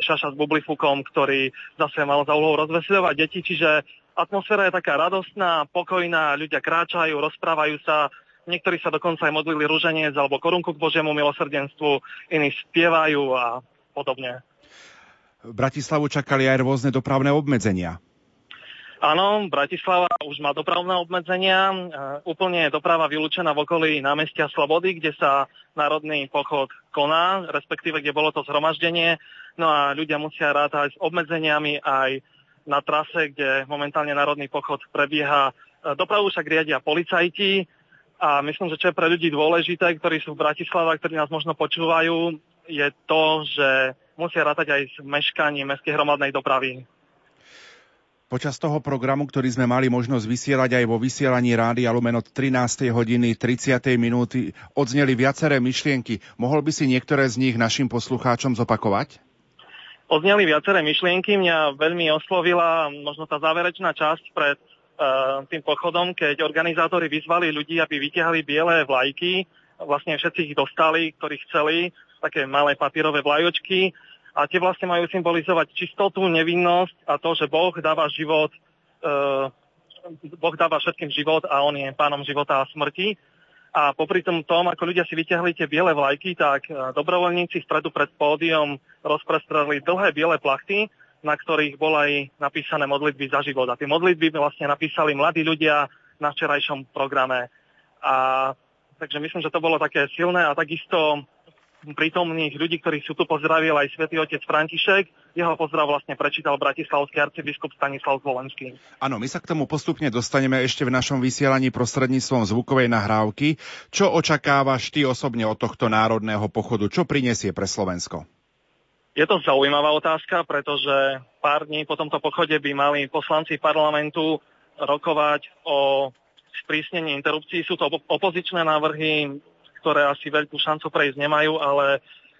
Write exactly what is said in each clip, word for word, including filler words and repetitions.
šaša s bublifukom, ktorý zase mal za úlohu rozveseľovať deti, čiže atmosféra je taká radostná, pokojná, ľudia kráčajú, rozprávajú sa, niektorí sa dokonca aj modlili ruženec alebo korunku k Božiemu milosrdenstvu, iní spievajú a podobne. Bratislavu čakali aj rôzne dopravné obmedzenia. Áno, Bratislava už má dopravné obmedzenia. E, úplne je doprava vylúčená v okolí námestia Slobody, kde sa národný pochod koná, respektíve kde bolo to zhromaždenie. No a ľudia musia rátať s obmedzeniami aj na trase, kde momentálne národný pochod prebieha. E, dopravu však riadia policajti a myslím, že čo je pre ľudí dôležité, ktorí sú v Bratislave, ktorí nás možno počúvajú, je to, že musia rátať aj s meškaním mestskej hromadnej dopravy. Počas toho programu, ktorý sme mali možnosť vysielať aj vo vysielaní Rádia Lumen od trinástej hodiny tridsiatej minúty, odzneli viaceré myšlienky. Mohol by si niektoré z nich našim poslucháčom zopakovať? Odzneli viaceré myšlienky. Mňa veľmi oslovila možno tá záverečná časť pred uh, tým pochodom, keď organizátori vyzvali ľudí, aby vytiahli biele vlajky. Vlastne všetci ich dostali, ktorí chceli, také malé papierové vlajočky. A tie vlastne majú symbolizovať čistotu, nevinnosť a to, že Boh dáva život, e, Boh dáva všetkým život a On je pánom života a smrti. A popri tom tom, ako ľudia si vyťahli tie biele vlajky, tak dobrovoľníci v stredu pred pódium rozprestreli dlhé biele plachty, na ktorých bolo aj napísané modlitby za život. A tie modlitby vlastne napísali mladí ľudia na včerajšom programe. A takže myslím, že to bolo také silné a takisto prítomných ľudí, ktorí sú tu, pozdravil aj svätý otec František. Jeho pozdrav vlastne prečítal bratislavský arcibiskup Stanislav Zvolenský. Áno, my sa k tomu postupne dostaneme ešte v našom vysielaní prostredníctvom zvukovej nahrávky. Čo očakávaš ty osobne od tohto národného pochodu? Čo prinesie pre Slovensko? Je to zaujímavá otázka, pretože pár dní po tomto pochode by mali poslanci parlamentu rokovať o sprísnení interrupcií. Sú to opozičné návrhy, ktoré asi veľkú šancu prejsť nemajú, ale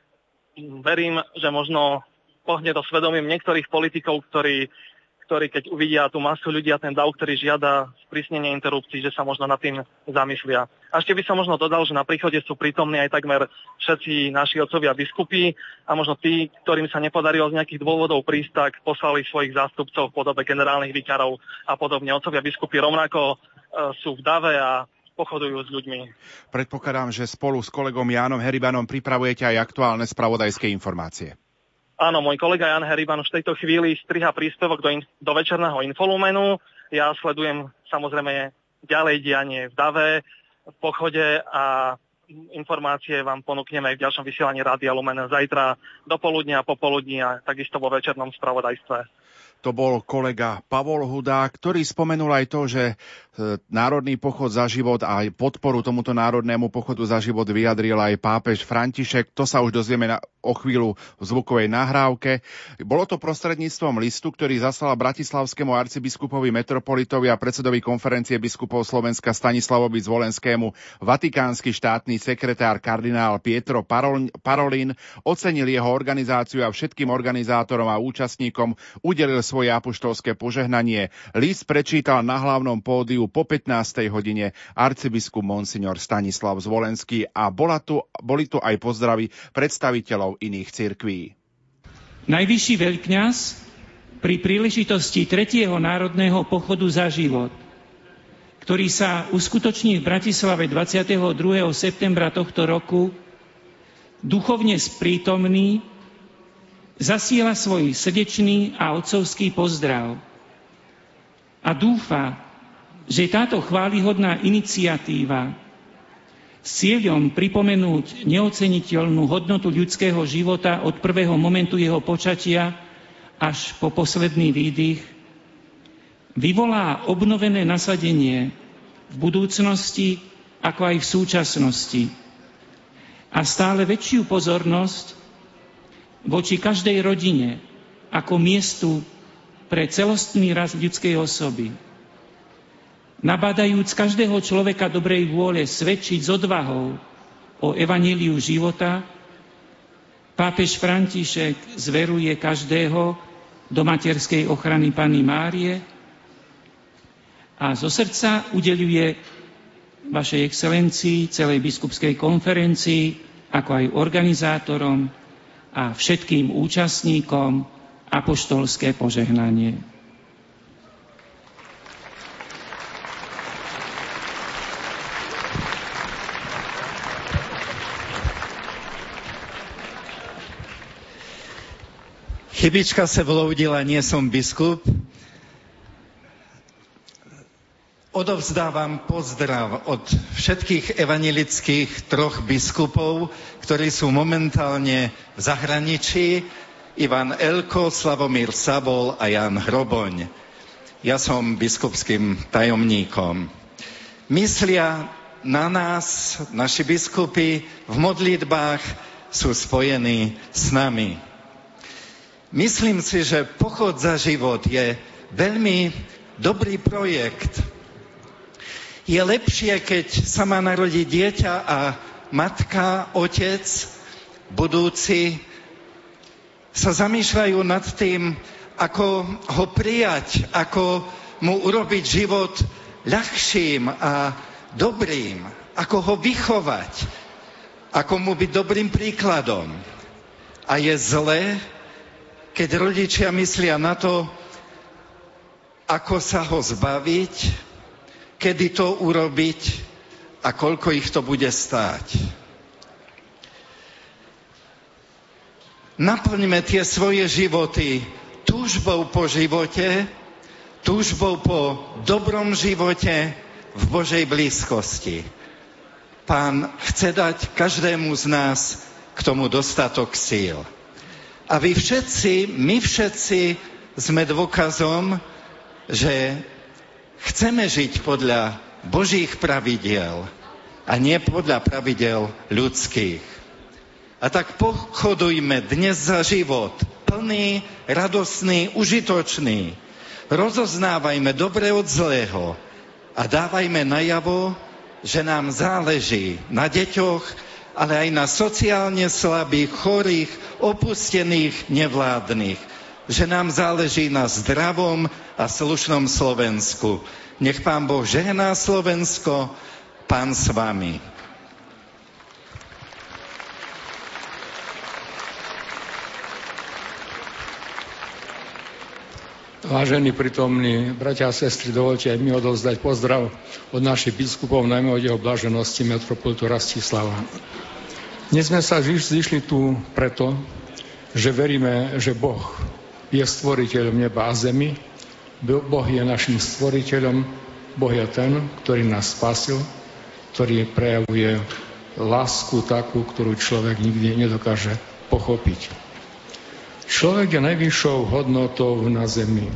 verím, že možno pohne do svedomím niektorých politikov, ktorí, ktorí keď uvidia tú masu ľudí a ten dav, ktorý žiada sprísnenie interrupcií, že sa možno nad tým zamyslia. A ešte by som možno dodal, že na príchode sú prítomní aj takmer všetci naši otcovia biskupy a možno tí, ktorým sa nepodarilo z nejakých dôvodov prísť, tak poslali svojich zástupcov v podobe generálnych vikárov a podobne. Otcovia biskupy rovnako e, sú v dave a pochodujú s ľuďmi. Predpokladám, že spolu s kolegom Jánom Heribanom pripravujete aj aktuálne spravodajské informácie. Áno, môj kolega Jan Heriban už v tejto chvíli striha príspevok do, in- do večerného infolumenu. Ja sledujem samozrejme ďalej dianie v dave, v pochode a informácie vám ponúkneme aj v ďalšom vysielaní Rádia Lumen zajtra do poludnia, popoludní a takisto vo večernom spravodajstve. To bol kolega Pavol Hudák, ktorý spomenul aj to, že Národný pochod za život a aj podporu tomuto Národnému pochodu za život vyjadril aj pápež František. To sa už dozvieme na, o chvíľu v zvukovej nahrávke. Bolo to prostredníctvom listu, ktorý zaslal bratislavskému arcibiskupovi metropolitovi a predsedovi konferencie biskupov Slovenska Stanislavovi Zvolenskému vatikánsky štátny sekretár kardinál Pietro Parolin. Ocenil jeho organizáciu a všetkým organizátorom a účastníkom udelil svoje apoštolské požehnanie. List prečítal na hlavnom pódiu po pätnástej hodine arcibiskup monsignor Stanislav Zvolenský a bola tu, boli tu aj pozdravy predstaviteľov iných cirkví. Najvyšší veľkňaz pri príležitosti tretieho národného pochodu za život, ktorý sa uskutoční v Bratislave dvadsiateho druhého septembra tohto roku, duchovne sprítomný, zasiela svoj srdečný a otcovský pozdrav a dúfa, že táto chválihodná iniciatíva s cieľom pripomenúť neoceniteľnú hodnotu ľudského života od prvého momentu jeho počatia až po posledný výdych vyvolá obnovené nasadenie v budúcnosti ako aj v súčasnosti a stále väčšiu pozornosť voči každej rodine ako miestu pre celostný rast ľudskej osoby. Nabádajúc každého človeka dobrej vôle svedčiť s odvahou o evanjeliu života, pápež František zveruje každého do materskej ochrany Panny Márie a zo srdca udeľuje vašej excelencii, celej biskupskej konferencii, ako aj organizátorom a všetkým účastníkom apoštolské požehnanie. Chybička se vloudila, nie som biskup. Odovzdávam pozdrav od všetkých evanjelických troch biskupov, ktorí sú momentálne v zahraničí. Ivan Elko, Slavomír Sabol a Jan Hroboň. Ja som biskupským tajomníkom. Myslia na nás, naši biskupy, v modlitbách sú spojení s nami. Myslím si, že Pochod za život je veľmi dobrý projekt. Je lepšie, keď sa má narodiť dieťa a matka, otec, budúci, sa zamýšľajú nad tým, ako ho prijať, ako mu urobiť život ľahším a dobrým, ako ho vychovať, ako mu byť dobrým príkladom. A je zlé, keď rodičia myslia na to, ako sa ho zbaviť, kedy to urobiť a koľko ich to bude stáť. Naplňme tie svoje životy túžbou po živote, túžbou po dobrom živote v Božej blízkosti. Pán chce dať každému z nás k tomu dostatok síl. A vy všetci, my všetci sme dôkazom, že chceme žiť podľa Božích pravidiel a nie podľa pravidiel ľudských. A tak pochodujme dnes za život, plný, radosný, užitočný. Rozoznávajme dobre od zlého a dávajme najavo, že nám záleží na deťoch, ale aj na sociálne slabých, chorých, opustených, nevládnych. Že nám záleží na zdravom a slušnom Slovensku. Nech Pán Boh žehná Slovensko, Pán s vami. Vážení prítomní bratia a sestry, dovoľte aj mi odovzdať pozdrav od našich biskupov, najmä od jeho blaženosti metropolitu Rastislava. Dnes sme sa zišli tu preto, že veríme, že Boh je stvoriteľom neba a zemi, Boh je našim stvoriteľom, Boh je ten, ktorý nás spasil, ktorý prejavuje lásku takú, ktorú človek nikdy nedokáže pochopiť. Človek je najvyššou hodnotou na zemi.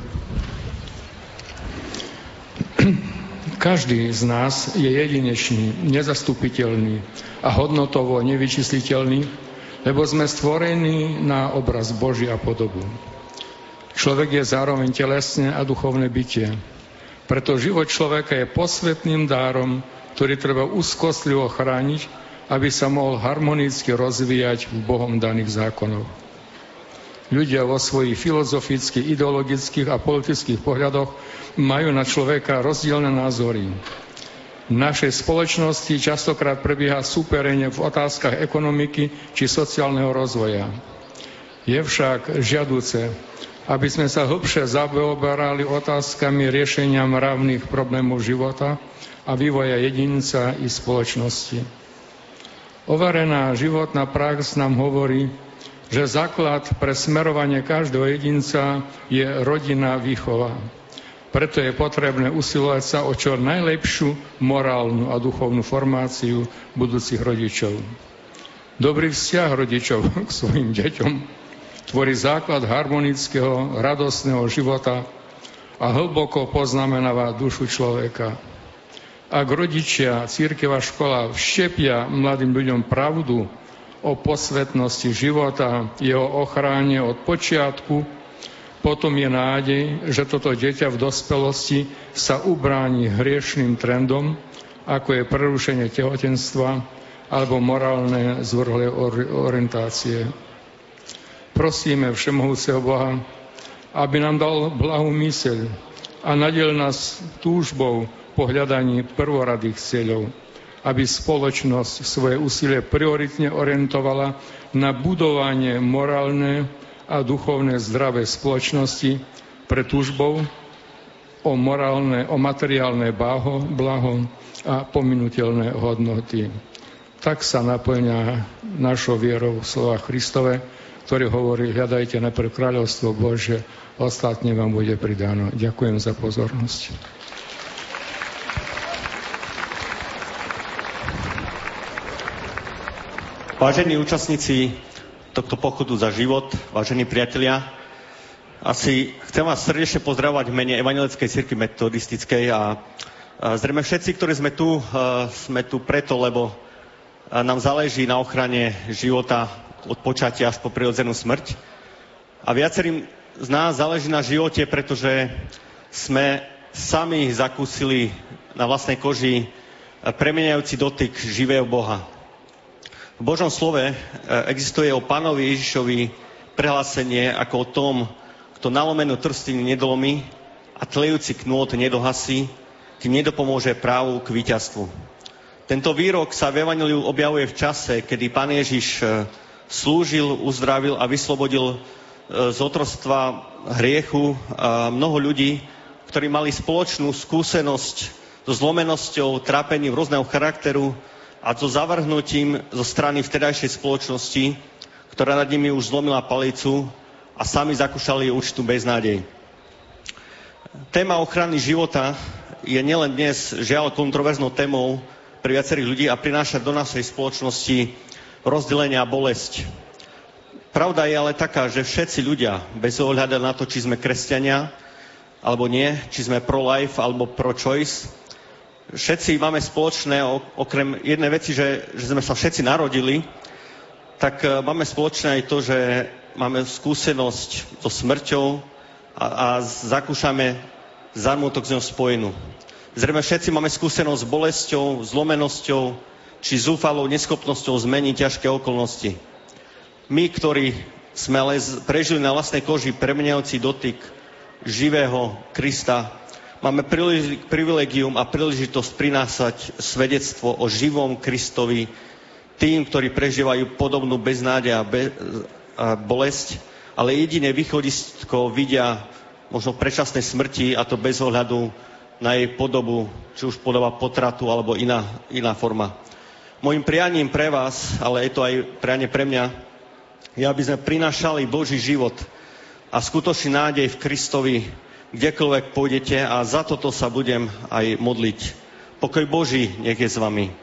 Každý z nás je jedinečný, nezastupiteľný a hodnotovo nevyčísliteľný, lebo sme stvorení na obraz Boží a podobu. Človek je zároveň telesné a duchovné bytie. Preto život človeka je posvätným dárom, ktorý treba úzkostlivo chrániť, aby sa mohol harmonicky rozvíjať v Bohom daných zákonoch. Ľudia vo svojich filozofických, ideologických a politických pohľadoch majú na človeka rozdielne názory. V našej spoločnosti častokrát prebieha súperenie v otázkach ekonomiky či sociálneho rozvoja. Je však žiaduce, aby sme sa hlbšie zaoberali otázkami riešenia mravných problémov života a vývoja jedinca i spoločnosti. Overená životná prax nám hovorí, že základ pre smerovanie každého jedinca je rodinná výchova. Preto je potrebné usilovať sa o čo najlepšiu morálnu a duchovnú formáciu budúcich rodičov. Dobrý vzťah rodičov k svojim deťom tvorí základ harmonického, radostného života a hlboko poznamenáva dušu človeka. Ak rodičia, cirkev a škola všepia mladým ľuďom pravdu o posvätnosti života, jeho ochráne od počiatku, potom je nádej, že toto dieťa v dospelosti sa ubráni hriešným trendom, ako je prerušenie tehotenstva alebo morálne zvrhlé orientácie. Prosíme všemohúceho Boha, aby nám dal blahú myseľ a nadiel nás túžbou po hľadaní prvoradých cieľov, aby spoločnosť svoje úsilie prioritne orientovala na budovanie morálne a duchovné zdravé spoločnosti pre túžbou o morálne, o materiálne blaho, blaho a pominuteľné hodnoty. Tak sa naplňa našou vierou slova Christove, ktorý hovorí, hľadajte najprv kráľovstvo Božie, ostatne vám bude pridáno. Ďakujem za pozornosť. Vážení účastníci tohto pochodu za život, vážení priatelia, asi chcem vás srdečne pozdravovať v mene Evanjelickej cirkvi metodistickej a, a zrejme všetci, ktorí sme tu, sme tu preto, lebo nám záleží na ochrane života od počatia až po prirodzenú smrť. A viacerým z nás záleží na živote, pretože sme sami zakúsili na vlastnej koži premieňajúci dotyk živého Boha. V Božom slove existuje o Pánovi Ježišovi prehlásenie ako o tom, kto nalomenú trstiny nedolomí a tlejúci knôt nedohasí, kým nedopomôže právu k víťazstvu. Tento výrok sa v Evanjeliu objavuje v čase, kedy Pán Ježiš slúžil, uzdravil a vyslobodil z otroctva hriechu mnoho ľudí, ktorí mali spoločnú skúsenosť so zlomenosťou, trápením rôzneho charakteru a so zavrhnutím zo strany vtedajšej spoločnosti, ktorá nad nimi už zlomila palicu a sami zakúšali určitú beznádej. Téma ochrany života je nielen dnes žiaľ kontroverznou témou pre viacerých ľudí a prináša do našej spoločnosti rozdelenie a bolesť. Pravda je ale taká, že všetci ľudia, bez ohľadu na to, či sme kresťania alebo nie, či sme pro-life alebo pro-choice, všetci máme spoločné, okrem jednej veci, že, že sme sa všetci narodili, tak máme spoločné aj to, že máme skúsenosť so smrťou a, a zakúšame zármutok s ňou spojenú. Zrejme všetci máme skúsenosť s bolesťou, zlomenosťou či zúfalou neschopnosťou zmeniť ťažké okolnosti. My, ktorí sme ale prežili na vlastnej koži premenujúci dotyk živého Krista, máme privilegium a príležitosť prinášať svedectvo o živom Kristovi tým, ktorí prežívajú podobnú beznádej a, be, a bolesť, ale jediné východisko vidia možno predčasnej smrti, a to bez ohľadu na jej podobu, či už podoba potratu alebo iná, iná forma. Mojím prianím pre vás, ale je to aj prianie pre mňa, je, aby sme prinášali Boží život a skutočný nádej v Kristovi, kdekoľvek pôjdete, a za toto sa budem aj modliť. Pokoj Boží nech je s vami.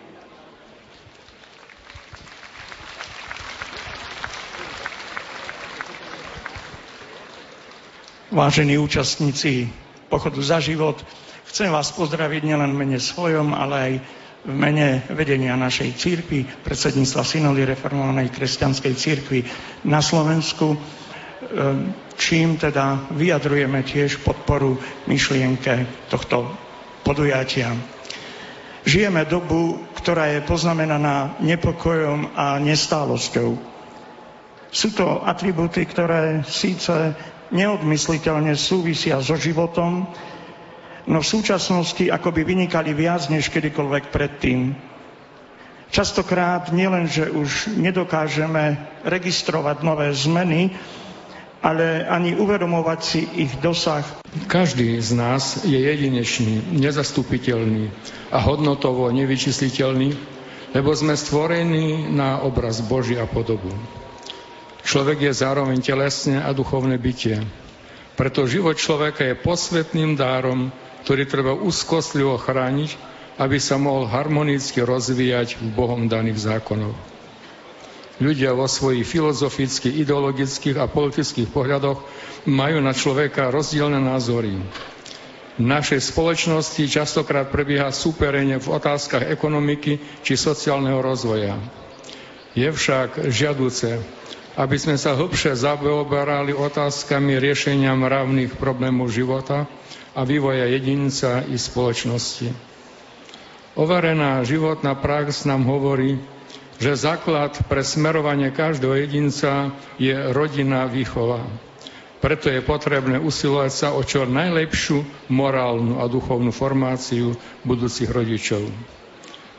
Vážení účastníci pochodu za život, chcem vás pozdraviť nielen v mene svojom, ale aj v mene vedenia našej cirkvi, predsedníctva Synody reformovanej kresťanskej cirkvi na Slovensku, čím teda vyjadrujeme tiež podporu myšlienke tohto podujatia. Žijeme dobu, ktorá je poznamenaná nepokojom a nestálosťou. Sú to atribúty, ktoré síce neodmysliteľne súvisia so životom, no v súčasnosti akoby vynikali viac než kedykoľvek predtým. Častokrát nielen, že už nedokážeme registrovať nové zmeny, ale ani uvedomovať si ich dosah. Každý z nás je jedinečný, nezastupiteľný a hodnotovo nevyčísliteľný, lebo sme stvorení na obraz Boží a podobu. Človek je zároveň telesné a duchovné bytie. Preto život človeka je posvätným dárom, ktorý treba úzkostlivo chrániť, aby sa mohol harmonicky rozvíjať v Bohom daných zákonoch. Ľudia vo svojich filozofických, ideologických a politických pohľadoch majú na človeka rozdielne názory. V našej spoločnosti častokrát prebieha súperenie v otázkach ekonomiky či sociálneho rozvoja. Je však žiaduce, aby sme sa hlbšie zaoberali otázkami riešenia mravných problémov života a vývoja jedinca i spoločnosti. Overená životná prax nám hovorí, že základ pre smerovanie každého jedinca je rodinná výchova. Preto je potrebné usilovať sa o čo najlepšiu morálnu a duchovnú formáciu budúcich rodičov.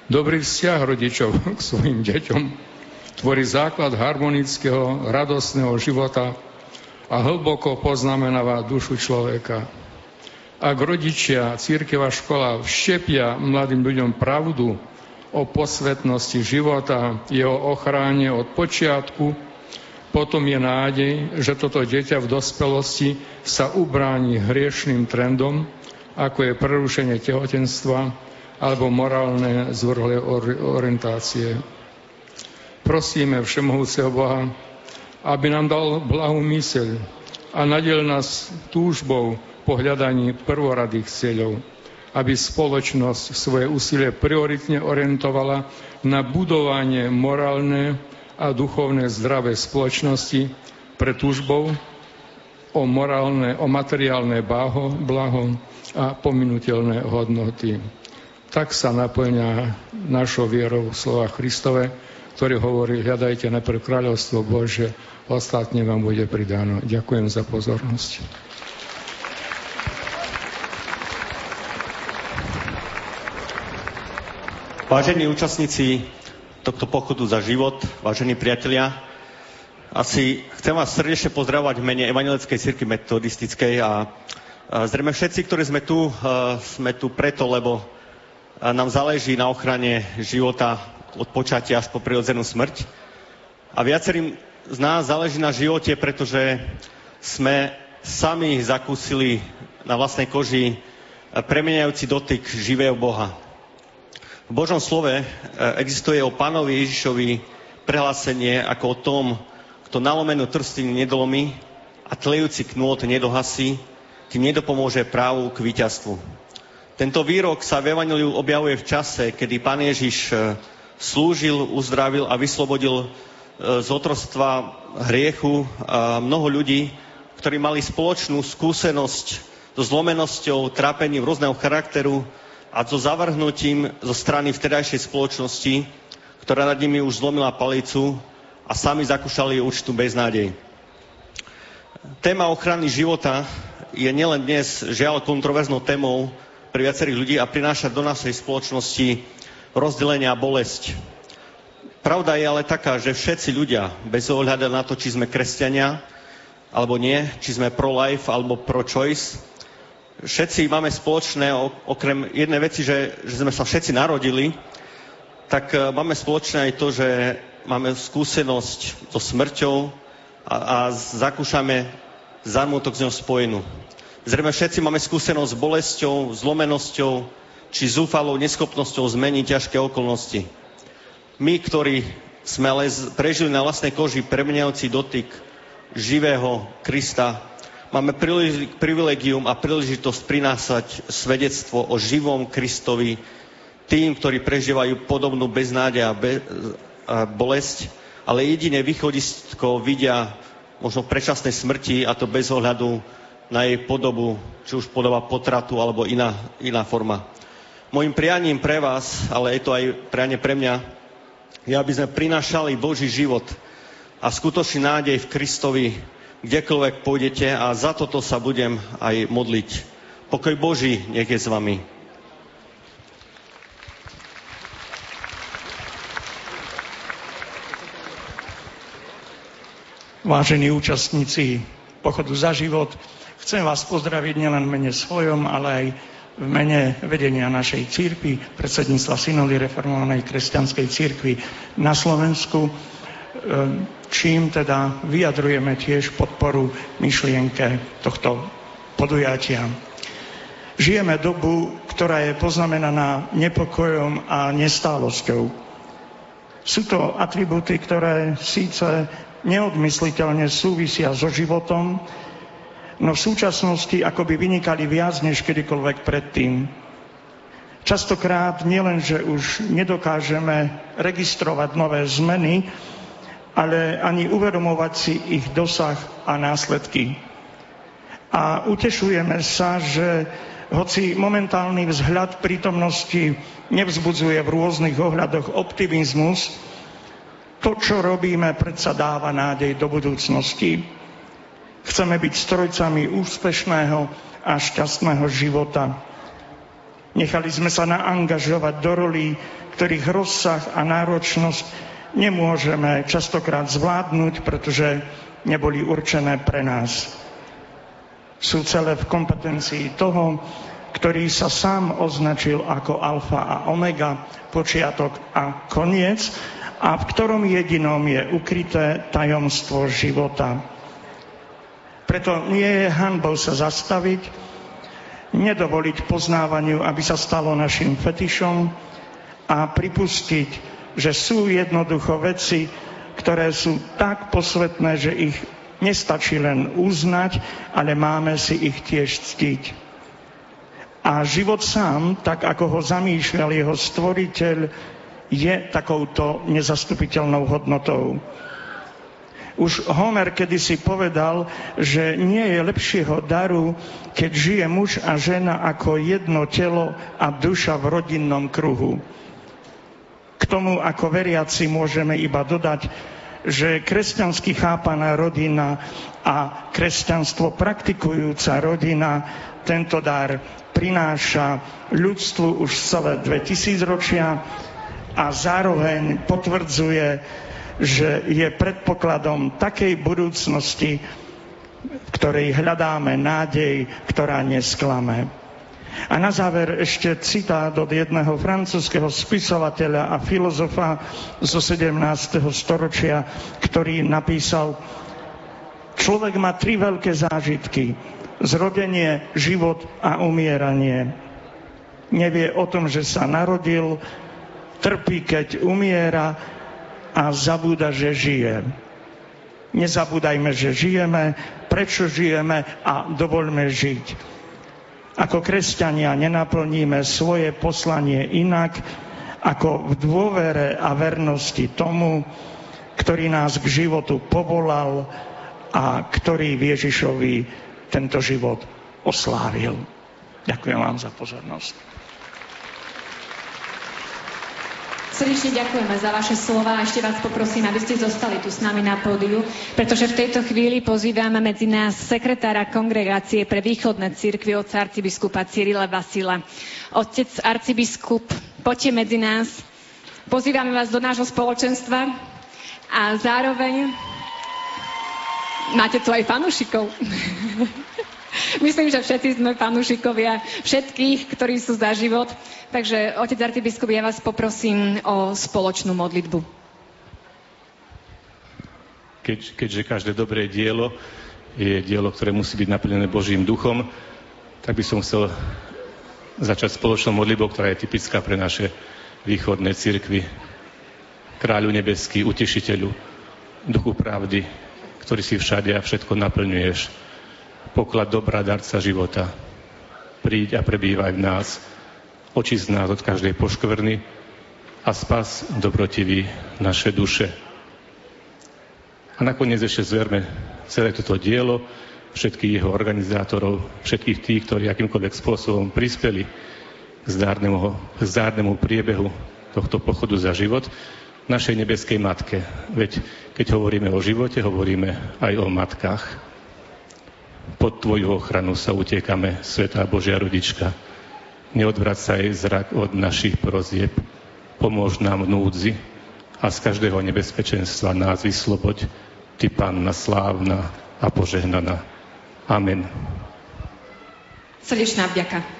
Dobrý vzťah rodičov k svojim deťom tvorí základ harmonického, radostného života a hlboko poznamenáva dušu človeka. Ak rodičia, cirkev a škola všepia mladým ľuďom pravdu o posvetnosti života, jeho ochrane od počiatku, potom je nádej, že toto dieťa v dospelosti sa ubráni hriešným trendom, ako je prerušenie tehotenstva alebo morálne zvrhlé orientácie. Prosíme všemohúceho Boha, aby nám dal blahú myseľ a nadiel nás túžbou po hľadaní prvoradých cieľov, aby spoločnosť svoje úsilie prioritne orientovala na budovanie morálne a duchovné zdravé spoločnosti pre túžbou o morálne, o materiálne báho, blaho a pominuteľné hodnoty. Tak sa naplňa našou vierou slova Kristove, ktorý hovorí, hľadajte najprv kráľovstvo Božie, ostatne vám bude pridáno. Ďakujem za pozornosť. Vážení účastníci tohto pochodu za život, vážení priatelia, asi chcem vás srdečne pozdravovať v mene Evanjelickej cirkvi metodistickej a, a zrejme všetci, ktorí sme tu, sme tu preto, lebo nám záleží na ochrane života od počatia až po prirodzenú smrť. A viacerým z nás záleží na živote, pretože sme sami zakúsili na vlastnej koži premieňajúci dotyk živého Boha. V Božom slove existuje o Pánovi Ježišovi prehlásenie ako o tom, kto nalomenú trstinu nedolomí a tlejúci knôt nedohasí, tým nedopomôže právu k víťazstvu. Tento výrok sa v Evanjeliu objavuje v čase, kedy Pán Ježiš slúžil, uzdravil a vyslobodil z otroctva hriechu mnoho ľudí, ktorí mali spoločnú skúsenosť so zlomenosťou, trápením rôzneho charakteru a so zavrhnutím zo strany vtedajšej spoločnosti, ktorá nad nimi už zlomila palicu a sami zakúšali určitú beznádej. Téma ochrany života je nielen dnes žiaľ kontroverznou témou pre viacerých ľudí a prináša do našej spoločnosti rozdelenie a bolesť. Pravda je ale taká, že všetci ľudia, bez ohľadu na to, či sme kresťania alebo nie, či sme pro-life alebo pro-choice, všetci máme spoločné, okrem jednej veci, že, že sme sa všetci narodili, tak máme spoločné aj to, že máme skúsenosť so smrťou a, a zakúšame zármutok s ňou spojenú. Zrejme všetci máme skúsenosť s bolesťou, zlomenosťou či zúfalou neschopnosťou zmeniť ťažké okolnosti. My, ktorí sme ale prežili na vlastnej koži premenajúci dotyk živého Krista, máme privilegium a príležitosť prinášať svedectvo o živom Kristovi tým, ktorí prežívajú podobnú beznádej a, be, a bolesť, ale jediné východisko vidia možno v predčasnej smrti, a to bez ohľadu na jej podobu, či už podoba potratu alebo iná, iná forma. Mojím prianím pre vás, ale je to aj prianie pre mňa, je, aby sme prinášali Boží život a skutočný nádej v Kristovi, kdekoľvek pôjdete, a za toto sa budem aj modliť. Pokoj Boží nech je s vami. Vážení účastníci pochodu za život, chcem vás pozdraviť nielen v mene svojom, ale aj v mene vedenia našej cirkvi, predsedníctva Synody reformovanej kresťanskej cirkvi na Slovensku, čím teda vyjadrujeme tiež podporu myšlienke tohto podujatia. Žijeme dobu, ktorá je poznamenaná nepokojom a nestálosťou. Sú to atribúty, ktoré síce neodmysliteľne súvisia so životom, no v súčasnosti akoby vynikali viac než kedykoľvek predtým. Častokrát nielen, že už nedokážeme registrovať nové zmeny, ale ani uvedomovať si ich dosah a následky. A utešujeme sa, že hoci momentálny vzhľad prítomnosti nevzbudzuje v rôznych ohľadoch optimizmus, to, čo robíme, predsa dáva nádej do budúcnosti. Chceme byť strojcami úspešného a šťastného života. Nechali sme sa naangažovať do rolí, ktorých rozsah a náročnosť nemôžeme častokrát zvládnuť, pretože neboli určené pre nás. Sú celé v kompetencii toho, ktorý sa sám označil ako alfa a omega, počiatok a koniec, a v ktorom jedinom je ukryté tajomstvo života. Preto nie je hanbou sa zastaviť, nedovoliť poznávaniu, aby sa stalo našim fetišom, a pripustiť, že sú jednoducho veci, ktoré sú tak posvetné, že ich nestačí len uznať, ale máme si ich tiež ctiť. A život sám, tak ako ho zamýšľal jeho stvoriteľ, je takouto nezastupiteľnou hodnotou. Už Homer kedysi povedal, že nie je lepšieho daru, keď žije muž a žena ako jedno telo a duša v rodinnom kruhu. K tomu ako veriaci môžeme iba dodať, že kresťansky chápaná rodina a kresťanstvo praktikujúca rodina tento dar prináša ľudstvu už celé dve tisícročia a zároveň potvrdzuje, že je predpokladom takej budúcnosti, v ktorej hľadáme nádej, ktorá nesklame. A na záver ešte citát od jedného francúzskeho spisovateľa a filozofa zo sedemnásteho storočia, ktorý napísal: človek má tri veľké zážitky: zrodenie, život a umieranie. Nevie o tom, že sa narodil, trpí, keď umiera, a zabúda, že žije. Nezabúdajme, že žijeme, prečo žijeme, a dovoľme žiť. Ako kresťania nenaplníme svoje poslanie inak, ako v dôvere a vernosti tomu, ktorý nás k životu povolal a ktorý Ježišovi tento život oslávil. Ďakujem vám za pozornosť. Srdečne ďakujeme za vaše slova a ešte vás poprosím, aby ste zostali tu s nami na pódiu, pretože v tejto chvíli pozývame medzi nás sekretára Kongregácie pre východné cirkvi, otca arcibiskupa Cyrila Vasila. Otec arcibiskup, poďte medzi nás. Pozývame vás do nášho spoločenstva a zároveň máte tu aj fanúšikov. Myslím, že všetci sme fanúšikovia všetkých, ktorí sú za život. Takže, otec arcibiskup, ja vás poprosím o spoločnú modlitbu. Keď, keďže každé dobré dielo je dielo, ktoré musí byť naplnené Božím duchom, tak by som chcel začať spoločnou modlitbou, ktorá je typická pre naše východné cirkvi. Kráľu nebeský, utešiteľu, duchu pravdy, ktorý si všade a všetko naplňuješ. Poklad dobrá, darca života. Príď a prebývaj v nás. Očist nás od každej poškvrny a spas dobrotivý naše duše. A nakoniec ešte zverme celé toto dielo, všetkých jeho organizátorov, všetkých tých, ktorí akýmkoľvek spôsobom prispeli k zdárnemu, k zdárnemu priebehu tohto pochodu za život našej nebeskej matke. Veď keď hovoríme o živote, hovoríme aj o matkách. Pod tvoju ochranu sa utiekame, Svätá Božia rodička. Neodvracaj zrak od našich prozieb. Pomôž nám v núdzi a z každého nebezpečenstva nás vysloboď. Ty, Panna slávna a požehnaná. Amen. Srdečná vďaka.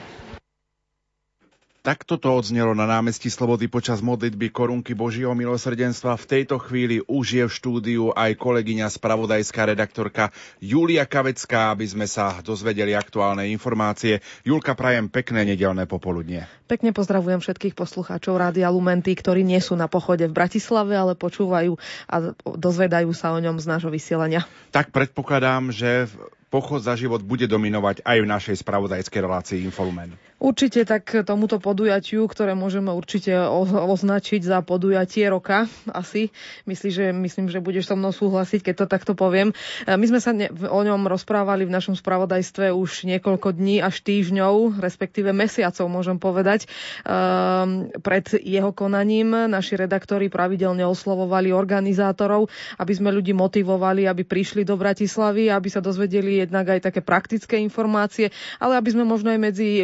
Takto to odznelo na námestí Slobody počas modlitby korunky Božieho milosrdenstva. V tejto chvíli už je v štúdiu aj kolegyňa spravodajská redaktorka Julia Kavecká, aby sme sa dozvedeli aktuálne informácie. Julka, prajem pekné nedeľné popoludnie. Pekne pozdravujem všetkých poslucháčov Rádia Lumen, tí, ktorí nie sú na pochode v Bratislave, ale počúvajú a dozvedajú sa o ňom z nášho vysielania. Tak predpokladám, že pochod za život bude dominovať aj v našej spravodajskej relácii Infolumen. Určite tak tomuto podujatiu, ktoré môžeme určite označiť za podujatie roka, asi. Myslím, že, myslím, že budeš so mnou súhlasiť, keď to takto poviem. My sme sa ne, o ňom rozprávali v našom spravodajstve už niekoľko dní až týždňov, respektíve mesiacov, môžem povedať. Um, pred jeho konaním naši redaktori pravidelne oslovovali organizátorov, aby sme ľudí motivovali, aby prišli do Bratislavy, aby sa dozvedeli jednak aj také praktické informácie, ale aby sme možno aj medzi ľudí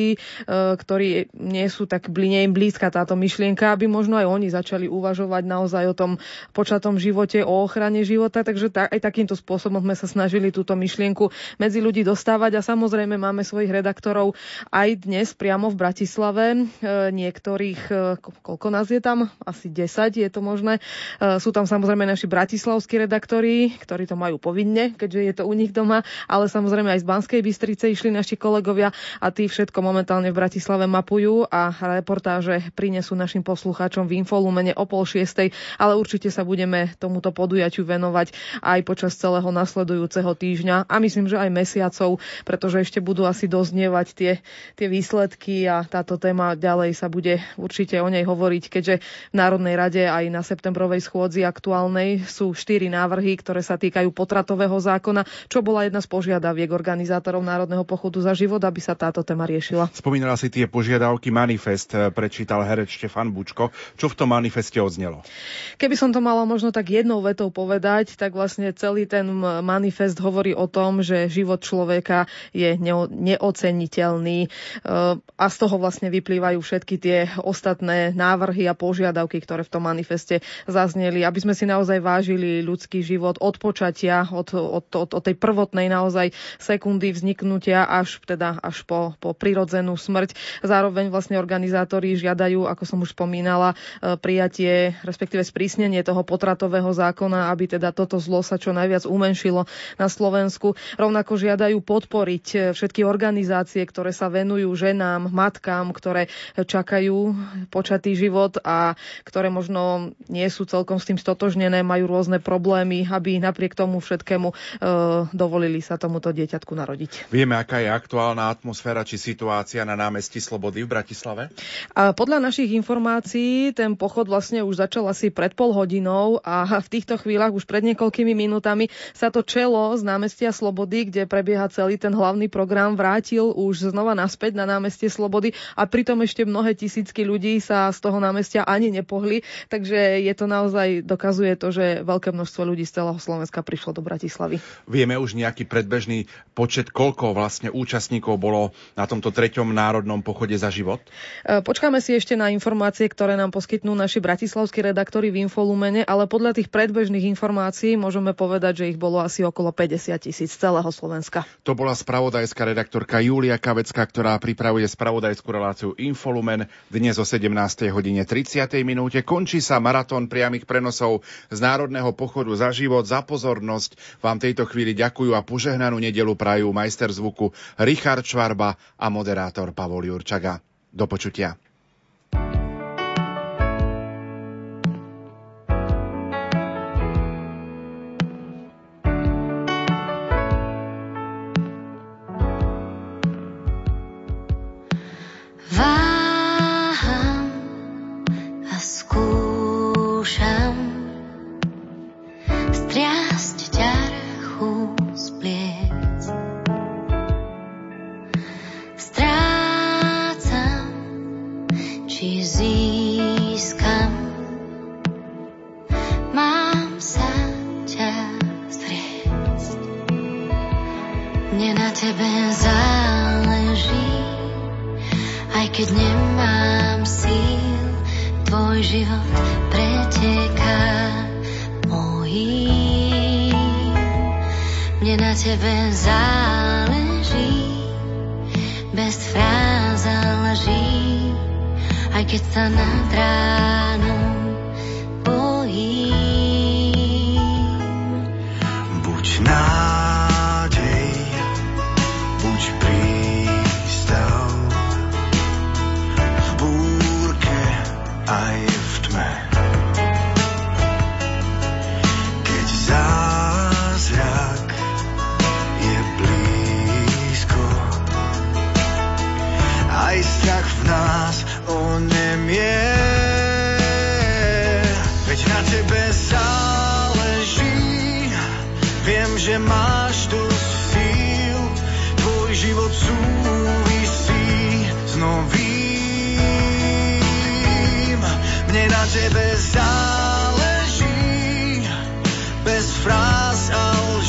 ľudí, ktorí nie sú tak nie im blízka táto myšlienka, aby možno aj oni začali uvažovať naozaj o tom počatom živote, o ochrane života. Takže tak, aj takýmto spôsobom sme sa snažili túto myšlienku medzi ľudí dostávať a samozrejme máme svojich redaktorov aj dnes priamo v Bratislave. Niektorých, koľko nás je tam? Asi desať je to možné. Sú tam samozrejme naši bratislavskí redaktori, ktorí to majú povinne, keďže je to u nich doma, ale samozrejme aj z Banskej Bystrice išli naši kolegovia a tí všetko momentálne v Bratislave mapujú a reportáže prinesú našim poslucháčom v Infolumene o pol šiestej, ale určite sa budeme tomuto podujatiu venovať aj počas celého nasledujúceho týždňa a myslím, že aj mesiacov, pretože ešte budú asi doznievať tie, tie výsledky a táto téma ďalej sa bude určite o nej hovoriť, keďže v Národnej rade aj na septembrovej schôdzi aktuálnej sú štyri návrhy, ktoré sa týkajú potratového zákona, čo bola jedna z požiadaviek organizátorov Národného pochodu za život, aby sa táto téma riešila. Spomínala si tie požiadavky, manifest prečítal herec Štefan Bučko. Čo v tom manifeste odznelo? Keby som to mala možno tak jednou vetou povedať, tak vlastne celý ten manifest hovorí o tom, že život človeka je neoceniteľný a z toho vlastne vyplývajú všetky tie ostatné návrhy a požiadavky, ktoré v tom manifeste zazneli, aby sme si naozaj vážili ľudský život od počatia, od, od, od, od tej prvotnej naozaj sekundy vzniknutia až, teda, až po, po prirodzenú smrť. Zároveň vlastne organizátori žiadajú, ako som už spomínala, prijatie, respektíve sprísnenie toho potratového zákona, aby teda toto zlo sa čo najviac umenšilo na Slovensku. Rovnako žiadajú podporiť všetky organizácie, ktoré sa venujú ženám, matkám, ktoré čakajú počatý život a ktoré možno nie sú celkom s tým stotožnené, majú rôzne problémy, aby napriek tomu všetkému e, dovolili sa tomuto dieťatku narodiť. Vieme, aká je aktuálna atmosféra či situácia na námestí Slobody v Bratislave? A podľa našich informácií ten pochod vlastne už začal asi pred pol hodinou a v týchto chvíľach už pred niekoľkými minútami sa to čelo z námestia Slobody, kde prebieha celý ten hlavný program, vrátil už znova naspäť na námestie Slobody a pritom ešte mnohé tisícky ľudí sa z toho námestia ani nepohli, takže je to naozaj, dokazuje to, že veľké množstvo ľudí z celého Slovenska prišlo do Bratislavy. Vieme už nejaký predbežný počet, koľko vlastne účastníkov bolo na tomto treťom národnom pochode za život? Počkáme si ešte na informácie, ktoré nám poskytnú naši bratislavskí redaktori v Infolumene, ale podľa tých predbežných informácií môžeme povedať, že ich bolo asi okolo päťdesiat tisíc z celého Slovenska. To bola spravodajská redaktorka Júlia Kavecká, ktorá pripravuje spravodajskú reláciu Infolumen. Dnes o sedemnástej hodine tridsiatej minúte končí sa maratón priamych prenosov z Národného pochodu za život. Za pozornosť vám tejto chvíli ďakujú a požehnanú nedeľu prajú majster zvuku Richard Švarba a moderátor Pavol Jurčaga. Do počutia.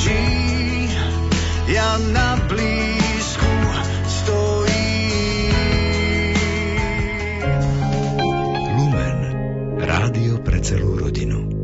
Ja na blízku stojím. celú rodinu.